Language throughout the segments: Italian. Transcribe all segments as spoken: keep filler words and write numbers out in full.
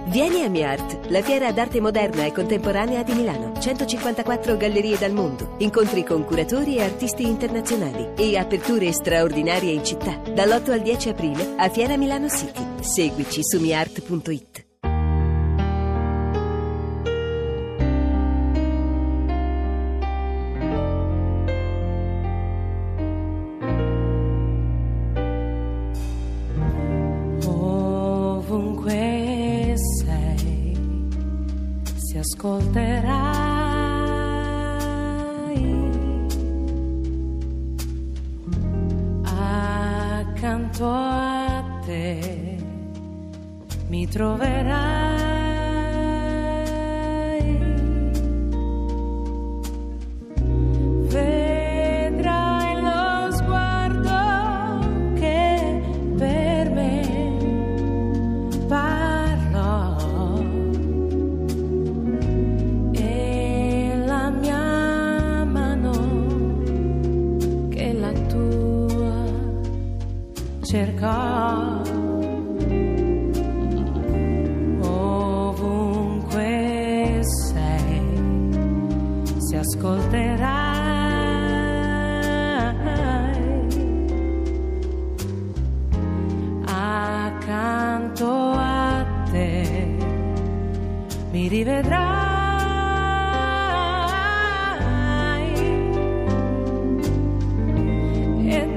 Vieni a MiArt, la fiera d'arte moderna e contemporanea di Milano. centocinquantaquattro gallerie dal mondo, incontri con curatori e artisti internazionali e aperture straordinarie in città. Dall'otto al dieci aprile a Fiera Milano City. Seguici su miart punto it. Ovunque sei, si ascolterai accanto a te, mi troverai. Vedrai lo sguardo che per me parlò e la mia mano che la tua cercò. Ovunque sei, si ascolterai accanto a te, mi rivedrai e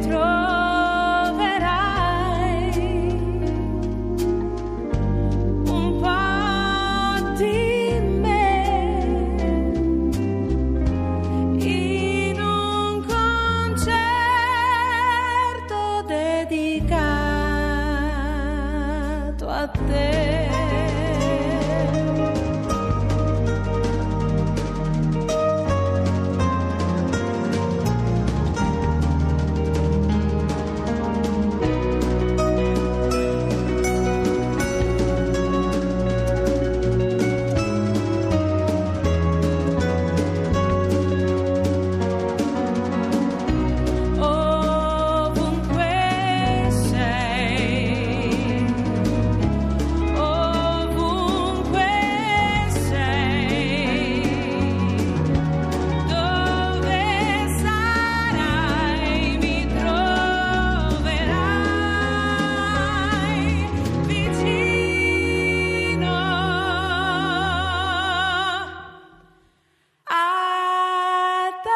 troverai un po' di me in un concerto dedicato a te. Ovunque sei, ovunque sei, dove sarai mi troverai vicino a te.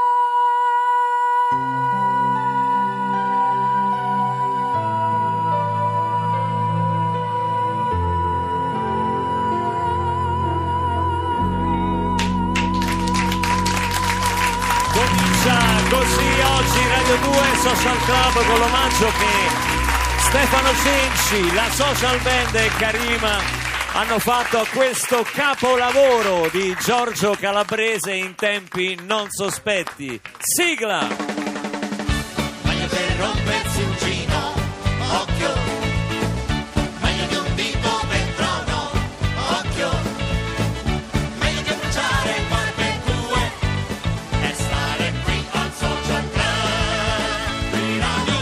Comincia così oggi Radio due Social Club con l'omaggio che Stefano Cenci, la Social Band e Karima hanno fatto a questo capolavoro di Giorgio Calabrese in tempi non sospetti. Sigla! Meglio per rompersi un gino, occhio. Meglio di un dito per trono, occhio. Meglio che bruciare barbecue e stare qui al Social Club di Radio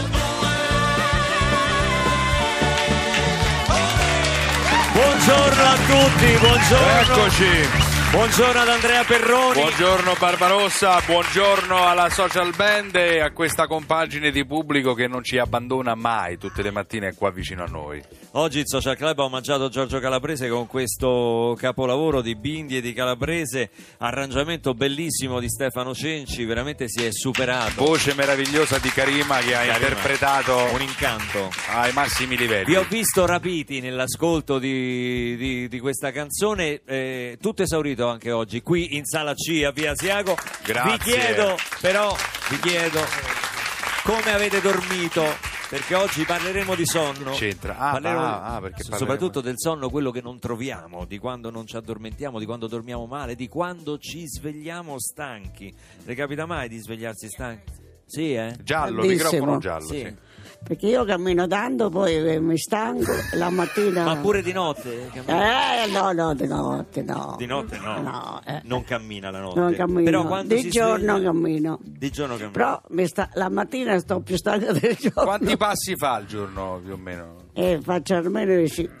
due. Buongiorno a tutti, buongiorno. Eccoci. Buongiorno ad Andrea Perroni. Buongiorno Barbarossa, buongiorno alla Social Band e a questa compagine di pubblico che non ci abbandona mai, tutte le mattine è qua vicino a noi. Oggi il Social Club ha omaggiato Giorgio Calabrese con questo capolavoro di Bindi e di Calabrese, arrangiamento bellissimo di Stefano Cenci, veramente si è superato. Voce meravigliosa di Karima che ha Karima, interpretato un incanto ai massimi livelli. Vi ho visto rapiti nell'ascolto di, di, di questa canzone, eh, tutto esaurito anche oggi qui in Sala C a Via Asiago. Grazie. Vi chiedo però, vi chiedo come avete dormito, perché oggi parleremo di sonno. C'entra. Ah, Parleremo ah, ah, perché parleremo- soprattutto del sonno, quello che non troviamo, di quando non ci addormentiamo, di quando dormiamo male, di quando ci svegliamo stanchi. Le capita mai di svegliarsi stanchi? Sì, eh? Giallo, Bellissimo. microfono giallo, Sì. sì. Perché io cammino tanto, poi eh, mi stanco la mattina. Ma pure di notte? Eh, no, no, di notte no. Di notte no, No, eh. non cammina la notte. Non cammino. Però quando di si giorno sveglia- cammino. Di giorno cammina. Però mi sta, la mattina sto più stanca del giorno. Quanti passi fa al giorno più o meno? Eh, faccio almeno di sì.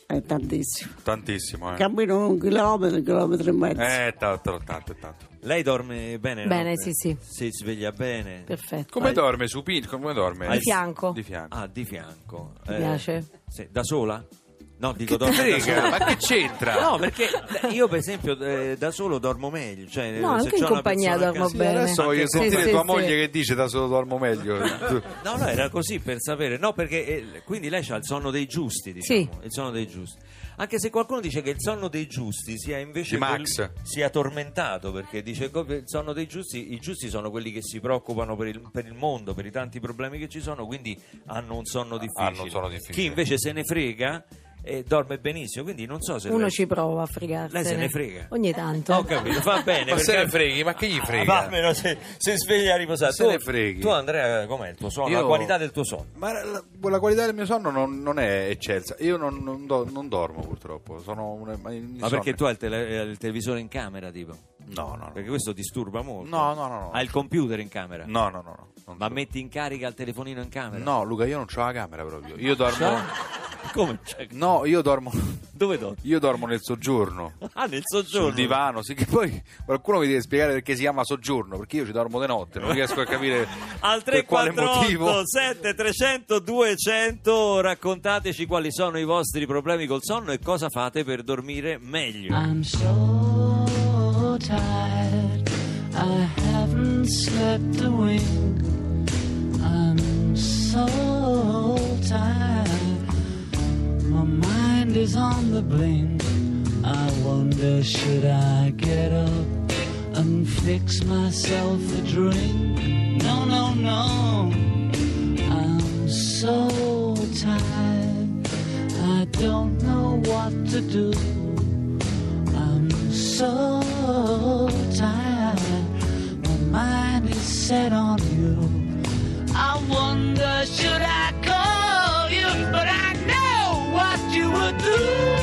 È tantissimo. Tantissimo, eh. Cammino un chilometro, un chilometro e mezzo. Eh, tanto, tanto, tanto. Lei dorme bene? Bene, no? sì, sì. Si sveglia bene? Perfetto. Come dorme? Supino? Come dorme? Di fianco. Di fianco. Ah, di fianco. Mi piace? Sì, da sola? No, dico Che te dorme da frega? sola. Ma che c'entra? No, perché io per esempio eh, da solo dormo meglio. Cioè, No, se anche in c'ho una compagnia persona dormo accanto- bene. Adesso voglio Sì, sentire sì, tua sì. moglie che dice da solo dormo meglio. No, no, era così per sapere. No, perché eh, quindi lei ha il sonno dei giusti, diciamo. Sì. Il sonno dei giusti. Anche se qualcuno dice che il sonno dei giusti sia invece Di Max. quel- sia tormentato, perché dice che il sonno dei giusti, i giusti sono quelli che si preoccupano per il, per il mondo, per i tanti problemi che ci sono, quindi hanno un sonno difficile. Hanno un sonno difficile. Chi invece se ne frega e dorme benissimo, quindi non so se Uno lei- ci prova a fregarsene. Lei se ne frega? Ogni tanto. Ho capito, va bene. Ma se perché- ne freghi, ma che gli Ah, frega? va, almeno se, se sveglia a riposare. Se tu, ne freghi. Tu Andrea, com'è il tuo sonno? Io- La qualità del tuo sonno? Ma la, la qualità del mio sonno non, non è eccelsa. Io non, non do- non dormo purtroppo. Sono un, ma Ma perché tu hai il, tele- il televisore in camera, tipo? No, no, no. Perché questo disturba molto. No, no, no, no. Hai il computer in camera? No, no, no. no. Non Ma so. metti in carica il telefonino in camera? No, Luca, io non ho la camera proprio. Io dormo. Come? Cioè, No, io dormo. dove dormi? Io dormo nel soggiorno. Ah, nel soggiorno. Sul divano, sì, che poi qualcuno mi deve spiegare perché si chiama soggiorno, perché io ci dormo di notte, non riesco a capire Al per quale tre quattro motivo. otto sette trecento duecento raccontateci quali sono i vostri problemi col sonno e cosa fate per dormire meglio. I'm so tired, I haven't slept a wink. I'm so tired, my mind is on the blink. I wonder, should I get up and fix myself a drink? No, no, no, I'm so tired, I don't know what to do. I'm so tired, my mind is set on you. I wonder, should I call you? But I know what you would do.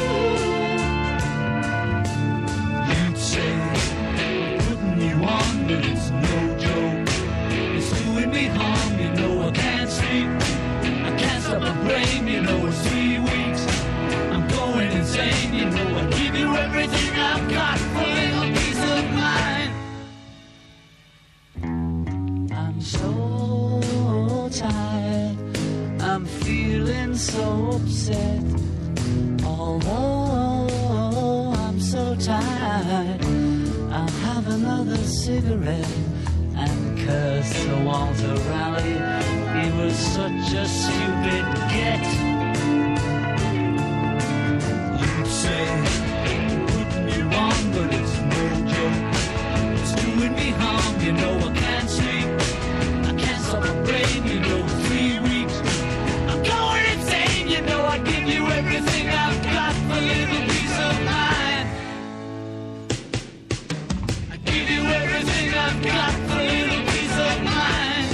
You'd say, putting you on, but it's no joke. It's doing me harm, you know I can't sleep. I can't stop the brain, you know it's three weeks. I'm going insane, you know I give you everything I've got for a little peace of mind. I'm so tired, I'm feeling so upset. Although I'm so tired, I'll have another cigarette and curse Sir Walter Raleigh. He was such a stupid get. You'd say, putting you on, but it's no joke. It's doing me harm, you know I can't sleep. I can't stop the brain, you know, three weeks. I'm going insane, you know I give you everything I've got for a little peace of mind. I give you everything I've got for a little peace of mind.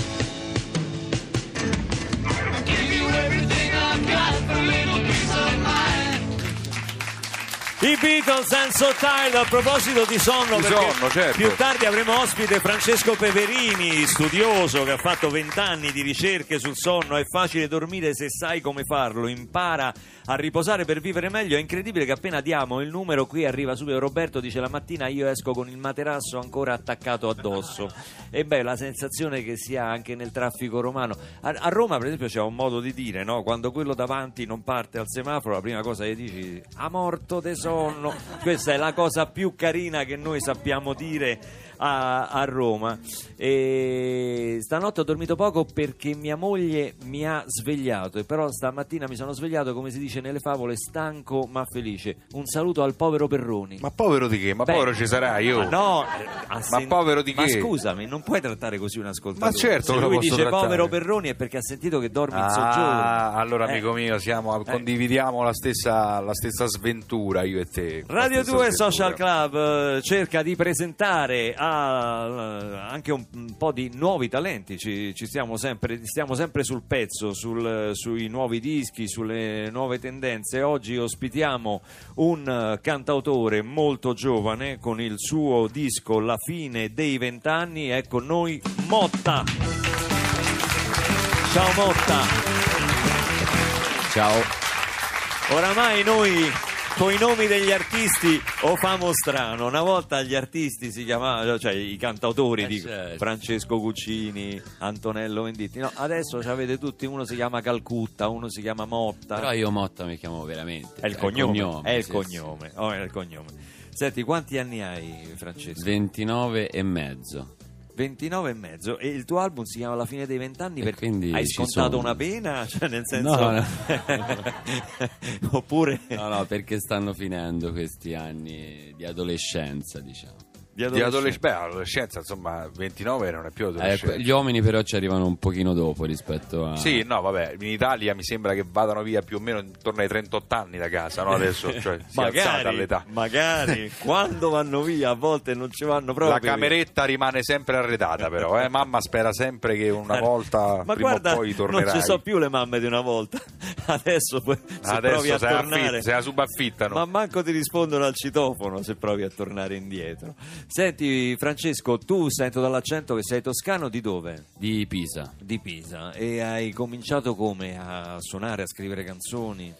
I give you everything I've got for a little peace of mind. I Beatles and So Tired. A proposito di sonno, Di perché sonno, certo. più tardi avremo ospite Francesco Peverini, studioso che ha fatto vent'anni di ricerche sul sonno. È facile dormire se sai come farlo, impara a riposare per vivere meglio. È incredibile che appena diamo il numero qui arriva subito Roberto, dice la mattina io esco con il materasso ancora attaccato addosso. E beh, la sensazione che si ha anche nel traffico romano. A, a Roma per esempio c'è un modo di dire, no? Quando quello davanti non parte al semaforo, la prima cosa che dici a morto de sonno. Questa è la cosa più carina che noi sappiamo dire a, a Roma. E stanotte ho dormito poco perché mia moglie mi ha svegliato, e però stamattina mi sono svegliato, come si dice nelle favole, stanco ma felice. Un saluto al povero Perroni. Ma povero di che? Ma Beh, povero ci sarai io. ma no, eh, ha Ma sen- povero di ma che? scusami, non puoi trattare così un ascoltatore. Ma certo Se che lo lui posso dice trattare. povero Perroni è perché ha sentito che dormi in Ah, soggiorno. allora Eh. amico mio, siamo, condividiamo la stessa, la stessa sventura io e te. La Radio stessa due sventura. Social Club eh, cerca di presentare a, eh, anche un, un po' di nuovi talenti. Ci, ci stiamo sempre, stiamo sempre sul pezzo, sul, sui nuovi dischi, sulle nuove tendenze. Oggi ospitiamo un eh, cantautore molto giovane con il suo disco La fine dei vent'anni. È con noi Motta. Ciao Motta. Ciao. Oramai noi con i nomi degli artisti o famo strano. Una volta gli artisti si chiamavano, cioè i cantautori, Eh, dico, certo. Francesco Guccini, Antonello Venditti. No, adesso ci avete tutti, uno si chiama Calcutta, uno si chiama Motta. Però io Motta mi chiamo veramente. È il cognome, è il sì, cognome, oh, è il cognome. Senti, quanti anni hai, sì. Francesco? ventinove e mezzo. ventinove e mezzo. E il tuo album si chiama La fine dei vent'anni E perché quindi hai ci scontato sono. una pena? Cioè, nel senso... No, Oppure No, no, perché stanno finendo questi anni di adolescenza, diciamo. di Di adolescenza? adolescenza, beh, adolescenza, insomma, ventinove non è più Eh, adolescenza. gli uomini però ci arrivano un pochino dopo rispetto a... Sì, no, vabbè, in Italia mi sembra che vadano via più o meno intorno ai trentotto anni da casa, no? Adesso, cioè, si è alzata Magari, l'età. magari quando vanno via a volte non ci vanno proprio. La cameretta rimane sempre arredata, però, eh? Mamma spera sempre che una volta, Ma prima guarda, o poi tornerai. non ci sono più le mamme di una volta. Adesso poi, se Adesso provi a se la, tornare, affitt- se la subaffittano. ma manco ti rispondono al citofono se provi a tornare indietro. Senti, Francesco, tu sento dall'accento che sei toscano, di dove? Di Pisa. Di Pisa. E hai cominciato come a suonare, a scrivere canzoni?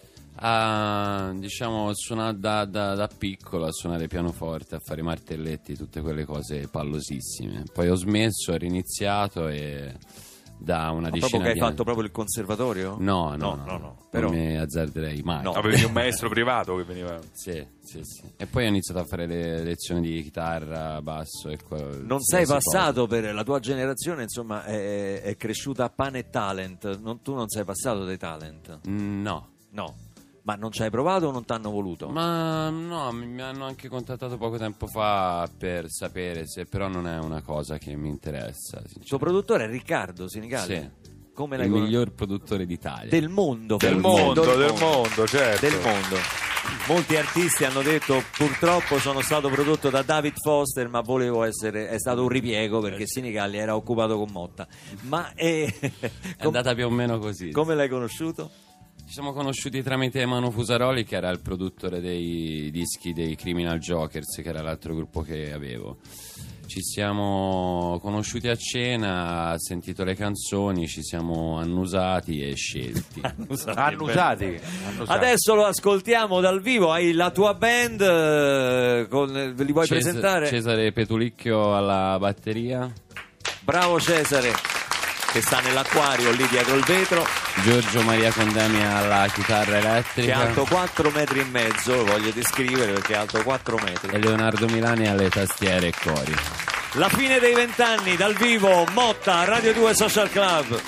A, diciamo, suonare da, da, da piccolo, a suonare pianoforte, a fare i martelletti, tutte quelle cose pallosissime. Poi ho smesso, ho riniziato e da una Ma decina proprio che hai di anni... fatto proprio il conservatorio? No, no, no, no, no, però non mi azzarderei mai. No. Avevi un maestro privato che veniva. Sì, sì, sì. E poi ho iniziato a fare le lezioni di chitarra, basso e qual- non sei qualsiasi passato per la tua generazione, insomma, è, è cresciuta a pane e talent. Non, tu non sei passato dai talent? cosa. Mm, No. No. Ma non ci hai provato o non ti hanno voluto? Ma no, mi mi hanno anche contattato poco tempo fa per sapere se però non è una cosa che mi interessa. Il tuo produttore è Riccardo Sinigali? Sì. Come Il l'hai con- miglior produttore d'Italia. del mondo, Del del mondo, del del mondo, certo. del mondo. Molti artisti hanno detto purtroppo sono stato prodotto da David Foster, ma volevo essere, è stato un ripiego perché Sinigali era occupato con Motta. Ma è, È com- andata più o meno così. come l'hai conosciuto? Ci siamo conosciuti tramite Manu Fusaroli, che era il produttore dei dischi dei Criminal Jokers, che era l'altro gruppo che avevo. Ci siamo conosciuti a cena, ha sentito le canzoni, ci siamo annusati e scelti. Annusati. Annusati. Adesso lo ascoltiamo dal vivo. Hai la tua band, eh, con, li vuoi Ces- presentare? Cesare Petulicchio alla batteria, Bravo Cesare, che sta nell'acquario lì dietro il vetro, Giorgio Maria Condemia alla chitarra che è elettrica alto quattro metri e mezzo, lo voglio descrivere perché è alto quattro metri. e Leonardo Milani alle tastiere e cori. La fine dei vent'anni dal vivo, Motta, Radio due Social Club.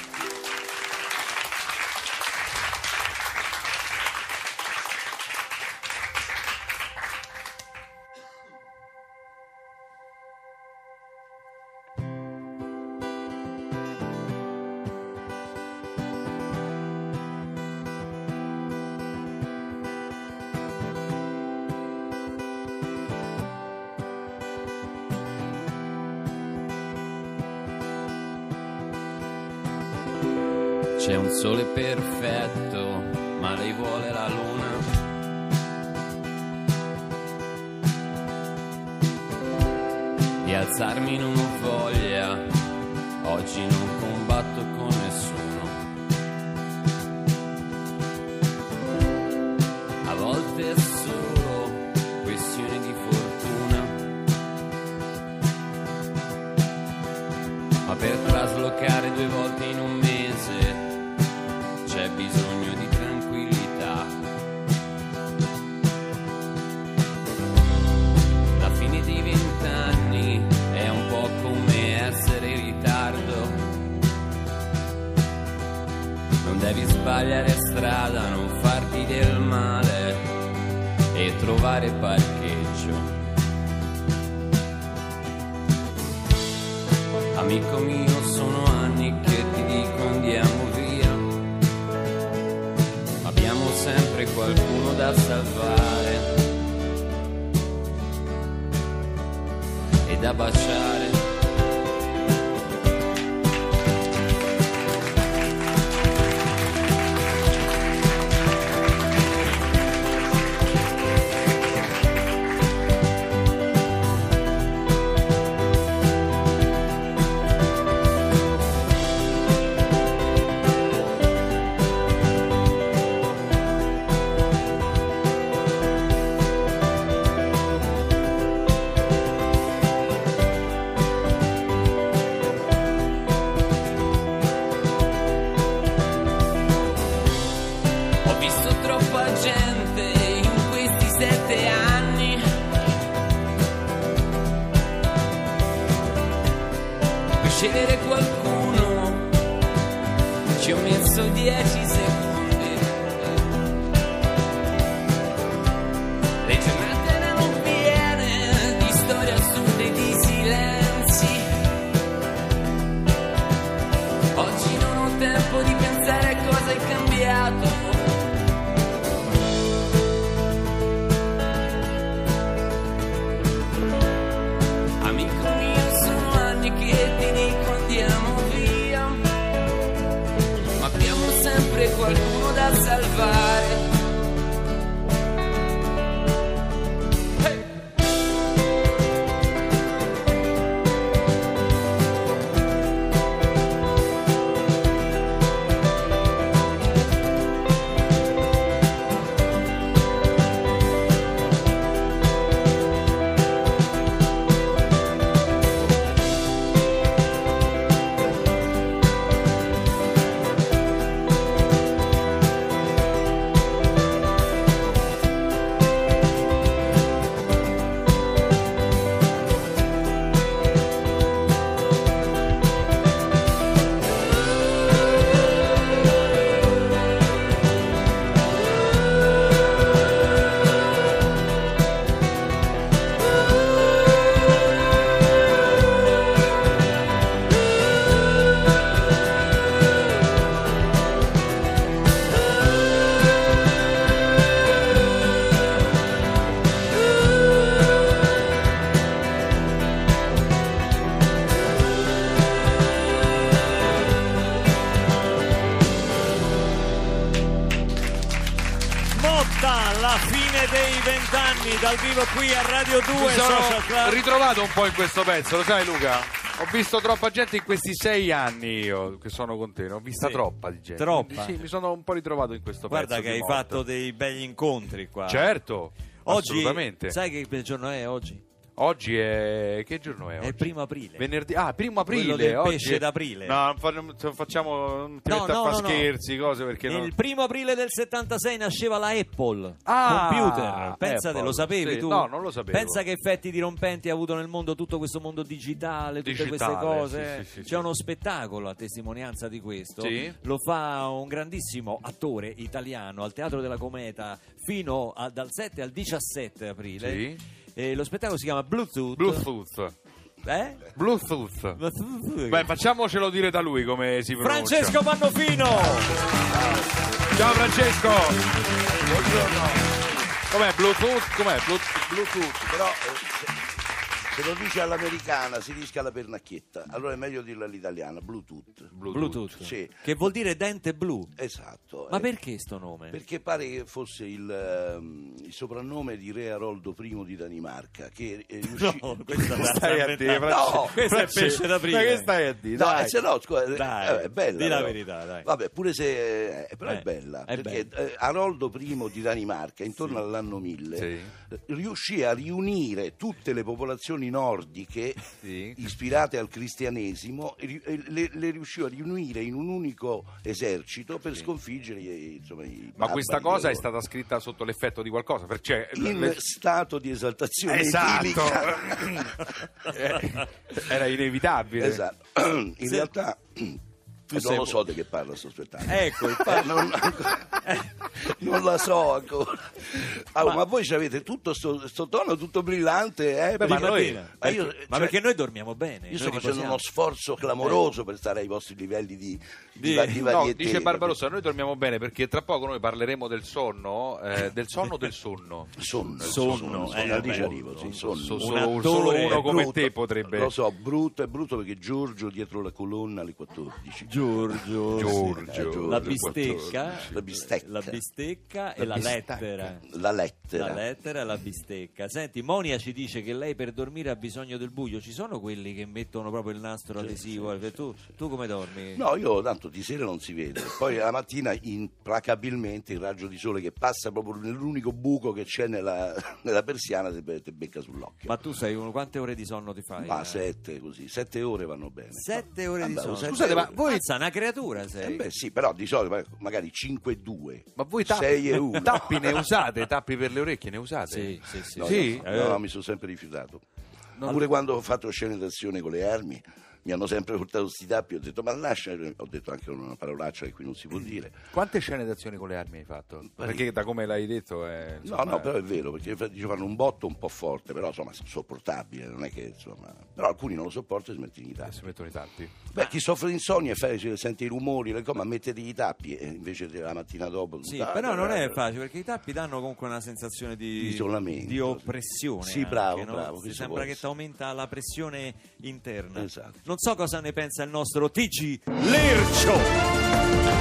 C'è un sole perfetto, ma lei vuole la luna. Di alzarmi non ho voglia, oggi non combatto con nessuno. A volte è solo questione di fortuna, ma per traslocare due volte in un mese c'è bisogno di tranquillità. La fine dei vent'anni è un po' come essere in ritardo. Non devi sbagliare strada, non farti del male e trovare parcheggio. Amico mio, sono anni che ti dico andiamo via. Abbiamo sempre qualcuno da salvare e da baciare. scegliere qualcuno ci ho messo dieci secondi. Le giornate erano piene di storie assurde e di silenzi. Oggi non ho tempo di pensare a cosa è cambiato. Amico mio, sono anni che ti dico andiamo via, ma abbiamo sempre qualcuno da salvare. Hey! La fine dei vent'anni dal vivo qui a Radio due Mi sono Social Club. ritrovato un po' in questo pezzo, lo sai Luca? Ho visto troppa gente in questi sei anni io che sono con te, ne ho vista Sì. troppa di gente. Troppa? Sì, mi sono un po' ritrovato in questo Guarda pezzo. che di hai morte. fatto dei begli incontri qua. Certo, Oggi, assolutamente. sai che giorno è oggi? Oggi è... che giorno è È oggi? il primo aprile. Venerdì. Ah, primo aprile. Quello del oggi pesce è- d'aprile. No, non fa- non facciamo non ti No, metti a no, fare no, no. scherzi, cose perché Il non... primo aprile del settantasei nasceva la Apple Ah, Computer. Pensate, Apple, lo sapevi sì. tu? No, non lo sapevo. Pensa che effetti dirompenti ha avuto nel mondo tutto questo mondo digitale, tutte Digitale, queste cose. sì, sì, sì, C'è sì. uno spettacolo a testimonianza di questo. Sì. Lo fa un grandissimo attore italiano al Teatro della Cometa fino a- dal sette al diciassette aprile. Sì. E lo spettacolo si chiama Bluetooth. Bluetooth. Eh? Bluetooth. Beh, facciamocelo dire da lui come si pronuncia. Francesco Pannofino! Ciao Francesco. Buongiorno. Com'è Bluetooth? Com'è Bluetooth? Bluetooth, però eh, se, se lo dice all'americana si rischia la pernacchietta, allora è meglio dirlo all'italiana, Bluetooth. Bluetooth. Sì, Che vuol dire dente blu. esatto. Ma eh, perché sto nome? Perché pare che fosse il, ehm, il soprannome di Re Aroldo I di Danimarca, che eh, riuscì... No, questa Che la stai a sta dire, inventando. No, questo è Francesco, pesce d'aprile. Ma che stai a dire? No, Dai. eh, se no, scusa, eh, Dai, eh, è bella. di la però. verità, dai. Vabbè, pure se... eh, però Eh, è bella, è perché eh, Aroldo I di Danimarca, intorno all'anno mille, Sì. eh, riuscì a riunire tutte le popolazioni nordiche Sì. ispirate al cristianesimo, e ri- e le, le riuscì a riunire in un unico esercito per sconfiggere i- insomma, i Ma questa barbari cosa è loro. stata scritta sotto l'effetto di qualcosa, perché in le- stato di esaltazione Esatto. etilica. Eh, era inevitabile. Esatto. In Se- realtà non sei- lo so di che parla sto spettacolo. Ecco, Eh, non, non la so ancora. Ah, ma, Ma- voi ci avete tutto sto, sto tono tutto brillante, eh? Beh, ma Di noi- mattina. ma io- Perché- ma cioè- perché noi dormiamo bene. Io noi sto facendo riposiamo. uno sforzo clamoroso per stare ai vostri livelli di, di, Di- va- di No, varietà. dice Barbarossa, noi dormiamo bene perché tra poco noi parleremo del sonno, eh, del sonno o del sonno? Sonno, Sonno, sonno, eh, sonno, lì ci vabbè. arrivo, sì, sonno. So- Un solo, attore solo uno È come brutto. te potrebbe. Lo so, brutto, è brutto perché Giorgio dietro la colonna alle quattordici. Giorgio, Giorgio, Eh, Giorgio, la bistecca, La bistecca. la bistecca e La la bistecca. lettera. La lettera. La lettera e la bistecca. Senti, Monia ci dice che lei per dormire ha bisogno del buio. Ci sono quelli che mettono proprio il nastro adesivo? sì, tu, tu come dormi? No, io tanto di sera non si vede, poi la mattina implacabilmente il raggio di sole che passa proprio nell'unico buco che c'è nella, nella persiana ti be- ti becca sull'occhio. Ma tu sei uno, quante ore di sonno ti fai? Ma Eh? sette così, sette ore vanno bene. Sette ore di Vabbè, sonno. sette Scusate, ma ore. voi- Mazza, una creatura Eh sei. beh sì, però di solito ma- magari cinque e due, Ma voi tappi, sei e uno. tappi ne usate? Tappi per le orecchie ne usate? Sì, sì, sì. No, Sì? no, no, no, mi sono sempre rifiutato. Pure quando ho fatto scene d'azione con le armi mi hanno sempre portato questi tappi, ho detto ma lascia, ho detto anche una parolaccia che qui non si può dire. Quante scene d'azione con le armi hai fatto? Perché da come l'hai detto è, insomma, no no però è vero, perché dicevano un botto un po' forte, però insomma sopportabile, non è che insomma, però alcuni non lo sopportano e si mettono i tappi. si mettono i tappi. Beh, chi soffre di insonnia e fa, sente i rumori, le cose, ma mettete i tappi e invece la mattina dopo Sì, ah, però non è eh, facile, perché i tappi danno comunque una sensazione di, Di isolamento. di oppressione. Sì, anche, bravo, no? bravo, Ti questo sembra può che ti essere. aumenta la pressione interna. Esatto. Non so cosa ne pensa il nostro T G Lercio.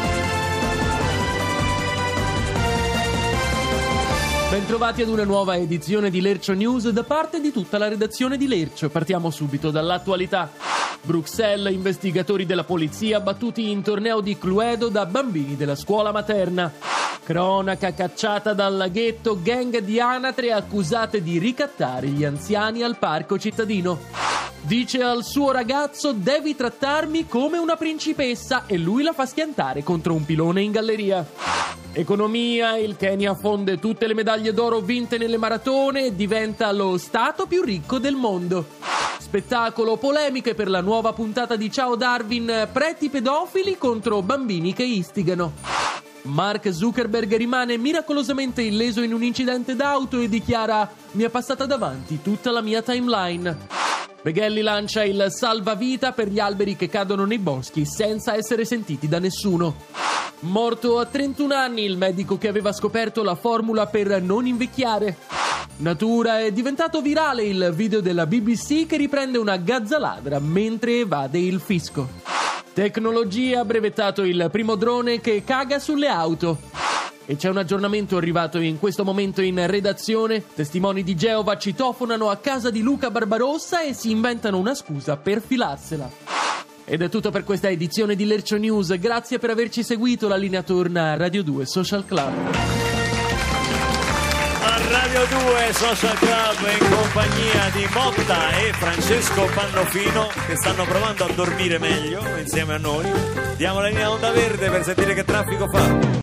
Bentrovati ad una nuova edizione di Lercio News da parte di tutta la redazione di Lercio. Partiamo subito dall'attualità. Bruxelles, investigatori della polizia battuti in torneo di Cluedo da bambini della scuola materna. Cronaca cacciata dal laghetto, gang di anatre accusate di ricattare gli anziani al parco cittadino. Dice al suo ragazzo: devi trattarmi come una principessa, e lui la fa schiantare contro un pilone in galleria. Economia, il Kenya fonde tutte le medaglie d'oro vinte nelle maratone e diventa lo stato più ricco del mondo. Spettacolo, polemiche per la nuova puntata di Ciao Darwin, preti pedofili contro bambini che istigano. Mark Zuckerberg rimane miracolosamente illeso in un incidente d'auto e dichiara: mi è passata davanti tutta la mia timeline. Beghelli lancia il salvavita per gli alberi che cadono nei boschi senza essere sentiti da nessuno. Morto a trentuno anni il medico che aveva scoperto la formula per non invecchiare. Natura, è diventato virale il video della B B C che riprende una gazzaladra mentre evade il fisco. Tecnologia, brevettato il primo drone che caga sulle auto. E c'è un aggiornamento arrivato in questo momento in redazione. Testimoni di Geova citofonano a casa di Luca Barbarossa e si inventano una scusa per filarsela. Ed è tutto per questa edizione di Lercio News. Grazie per averci seguito. La linea torna a Radio due Social Club. A Radio due Social Club in compagnia di Motta e Francesco Pannofino, che stanno provando a dormire meglio insieme a noi. Diamo la linea onda verde per sentire che traffico fa.